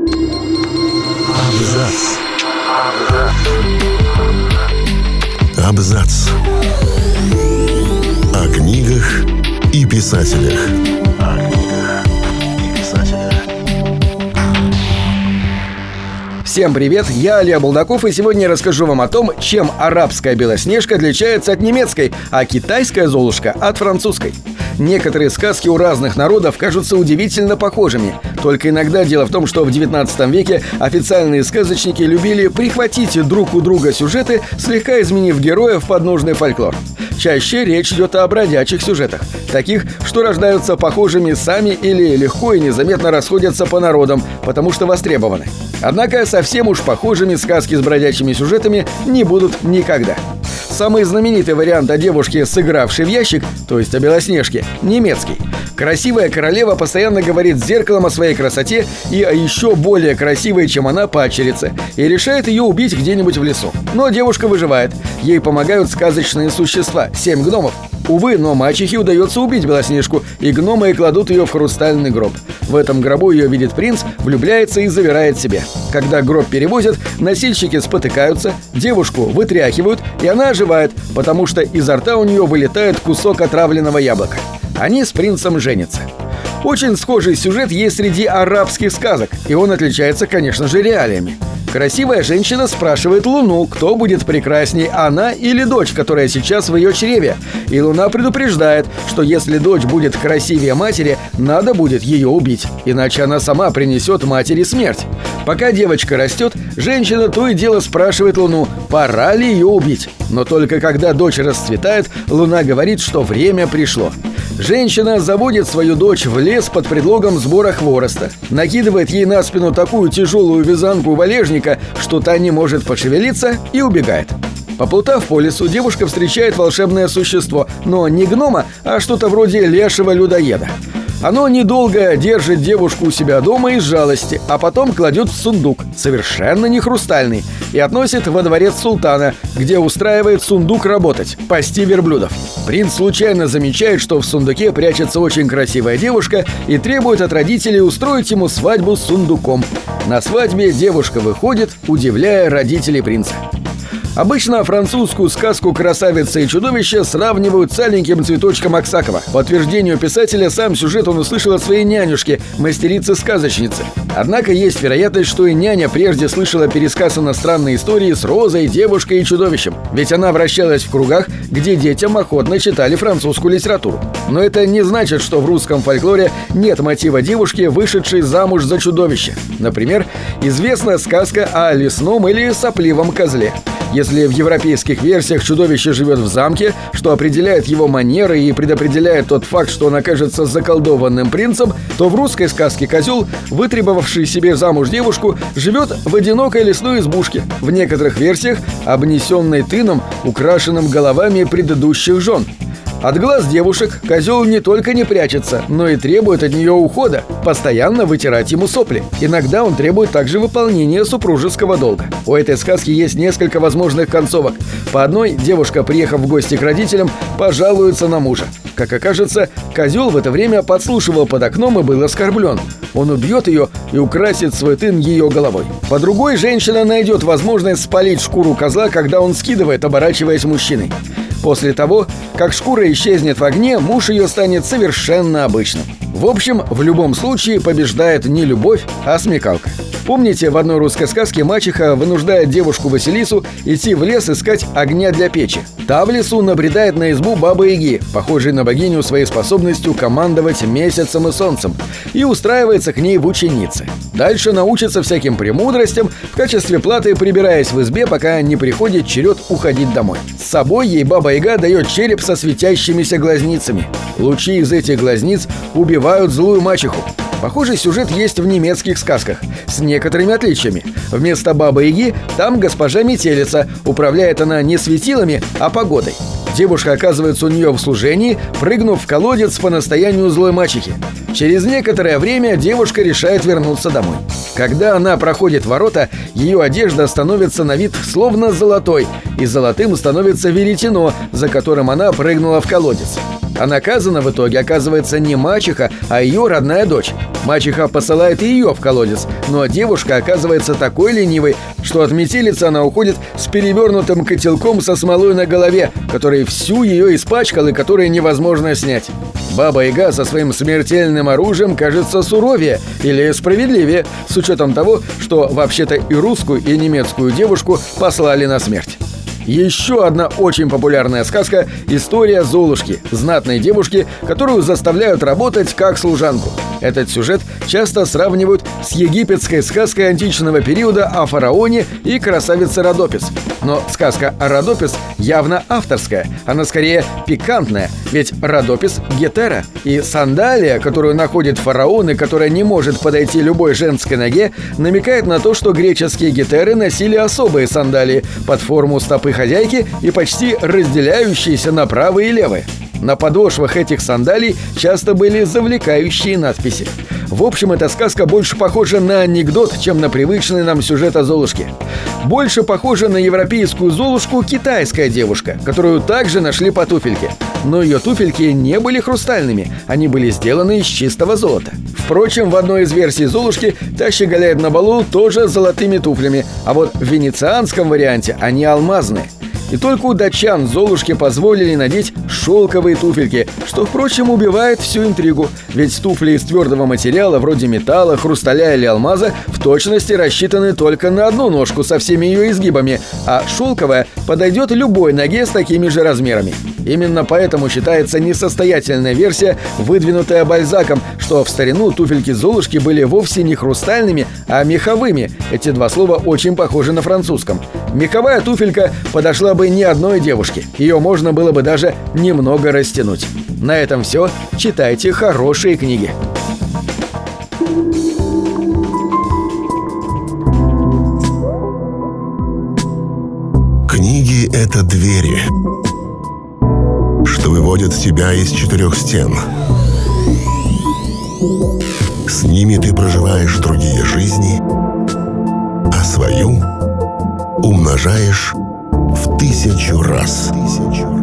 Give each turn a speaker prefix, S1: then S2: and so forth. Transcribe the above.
S1: Абзац. Абзац. О книгах и писателях.
S2: Всем привет, я Илья Булдаков, и сегодня я расскажу вам о том, чем арабская белоснежка отличается от немецкой, а китайская Золушка от французской. Некоторые сказки у разных народов кажутся удивительно похожими. Только иногда дело в том, что в 19 веке официальные сказочники любили прихватить друг у друга сюжеты, слегка изменив героев под нужный фольклор. Чаще речь идет о бродячих сюжетах, таких, что рождаются похожими сами или легко и незаметно расходятся по народам, потому что востребованы. Однако совсем уж похожими сказки с бродячими сюжетами не будут никогда. Самый знаменитый вариант о девушке, сыгравшей в ящик, то есть о Белоснежке, немецкий. Красивая королева постоянно говорит с зеркалом о своей красоте и о еще более красивой, чем она, падчерице, и решает ее убить где-нибудь в лесу. Но девушка выживает. Ей помогают сказочные существа – 7 гномов. Увы, но мачехе удается убить Белоснежку, и гномы кладут ее в хрустальный гроб. В этом гробу ее видит принц, влюбляется и забирает себе. Когда гроб перевозят, носильщики спотыкаются, девушку вытряхивают, и она оживает, потому что изо рта у нее вылетает кусок отравленного яблока. Они с принцем женятся. Очень схожий сюжет есть среди арабских сказок, и он отличается, конечно же, реалиями. Красивая женщина спрашивает Луну, кто будет прекрасней, она или дочь, которая сейчас в ее чреве. И Луна предупреждает, что если дочь будет красивее матери, надо будет ее убить, иначе она сама принесет матери смерть. Пока девочка растет, женщина то и дело спрашивает Луну, пора ли ее убить. Но только когда дочь расцветает, Луна говорит, что время пришло. Женщина заводит свою дочь в лес под предлогом сбора хвороста, накидывает ей на спину такую тяжелую вязанку валежника, что та не может пошевелиться, и убегает. Поплутав по лесу, девушка встречает волшебное существо, но не гнома, а что-то вроде лешего-людоеда. Оно недолго держит девушку у себя дома из жалости, а потом кладет в сундук, совершенно не хрустальный, и относит во дворец султана, где устраивает сундук работать, пасти верблюдов. Принц случайно замечает, что в сундуке прячется очень красивая девушка, и требует от родителей устроить ему свадьбу с сундуком. На свадьбе девушка выходит, удивляя родителей принца. Обычно французскую сказку «Красавица и чудовище» сравнивают с аленьким цветочком Аксакова. По утверждению писателя, сам сюжет он услышал от своей нянюшки, мастерицы-сказочницы. Однако есть вероятность, что и няня прежде слышала пересказ иностранной истории с розой, девушкой и чудовищем. Ведь она вращалась в кругах, где детям охотно читали французскую литературу. Но это не значит, что в русском фольклоре нет мотива девушки, вышедшей замуж за чудовище. Например, известна сказка о лесном или сопливом козле. Если в европейских версиях чудовище живет в замке, что определяет его манеры и предопределяет тот факт, что он окажется заколдованным принцем, то в русской сказке козел, вытребовавший себе замуж девушку, живет в одинокой лесной избушке, в некоторых версиях обнесенной тыном, украшенным головами предыдущих жен. От глаз девушек козел не только не прячется, но и требует от нее ухода, постоянно вытирать ему сопли. Иногда он требует также выполнения супружеского долга. У этой сказки есть несколько возможных концовок. По одной, девушка, приехав в гости к родителям, пожалуется на мужа. Как окажется, козел в это время подслушивал под окном и был оскорблен. Он убьет ее и украсит свой тын ее головой. По другой, женщина найдет возможность спалить шкуру козла, когда он скидывает, оборачиваясь мужчиной. После того, как шкура исчезнет в огне, муж ее станет совершенно обычным. В общем, в любом случае побеждает не любовь, а смекалка. Помните, в одной русской сказке мачеха вынуждает девушку Василису идти в лес искать огня для печи. Та в лесу набредает на избу Бабы-Яги, похожей на богиню своей способностью командовать месяцем и солнцем, и устраивается к ней в ученицы. Дальше научится всяким премудростям, в качестве платы прибираясь в избе, пока не приходит черед уходить домой. С собой ей Баба-Яга дает череп со светящимися глазницами. Лучи из этих глазниц убивают злую мачеху. Похожий сюжет есть в немецких сказках, с некоторыми отличиями. Вместо Бабы-Яги там госпожа Метелица, управляет она не светилами, а погодой. Девушка оказывается у нее в служении, прыгнув в колодец по настоянию злой мачехи. Через некоторое время девушка решает вернуться домой. Когда она проходит ворота, ее одежда становится на вид словно золотой, и золотым становится веретено, за которым она прыгнула в колодец. А наказана в итоге оказывается не мачеха, а ее родная дочь. Мачеха посылает ее в колодец, но девушка оказывается такой ленивой, что от метелицы она уходит с перевернутым котелком со смолой на голове, который всю ее испачкал и который невозможно снять. Баба-Яга со своим смертельным оружием кажется суровее или справедливее, с учетом того, что вообще-то и русскую, и немецкую девушку послали на смерть. Еще одна очень популярная сказка – история Золушки, знатной девушки, которую заставляют работать как служанку. Этот сюжет часто сравнивают с египетской сказкой античного периода о фараоне и красавице Родопис. Но сказка о Родопис явно авторская, она скорее пикантная, ведь Родопис – гетера, и сандалия, которую находит фараон и которая не может подойти любой женской ноге, намекает на то, что греческие гетеры носили особые сандалии под форму стопы хозяйки и почти разделяющиеся на правые и левые. На подошвах этих сандалий часто были завлекающие надписи. В общем, эта сказка больше похожа на анекдот, чем на привычный нам сюжет о Золушке. Больше похожа на европейскую Золушку китайская девушка, которую также нашли по туфельке. Но ее туфельки не были хрустальными, они были сделаны из чистого золота. Впрочем, в одной из версий Золушки та щеголяет на балу тоже золотыми туфлями, а вот в венецианском варианте они алмазные. И только у датчан Золушке позволили надеть шелковые туфельки, что, впрочем, убивает всю интригу. Ведь туфли из твердого материала, вроде металла, хрусталя или алмаза, в точности рассчитаны только на одну ножку со всеми ее изгибами, а шелковая подойдет любой ноге с такими же размерами. Именно поэтому считается несостоятельная версия, выдвинутая Бальзаком, что в старину туфельки Золушки были вовсе не хрустальными, а меховыми. Эти два слова очень похожи на французском. Меховая туфелька подошла бы ни одной девушке. Ее можно было бы даже немного растянуть. На этом все. Читайте хорошие книги.
S1: Книги — это двери, что выводят тебя из четырех стен. С ними ты проживаешь другие жизни, а свою умножаешь в 1000 раз.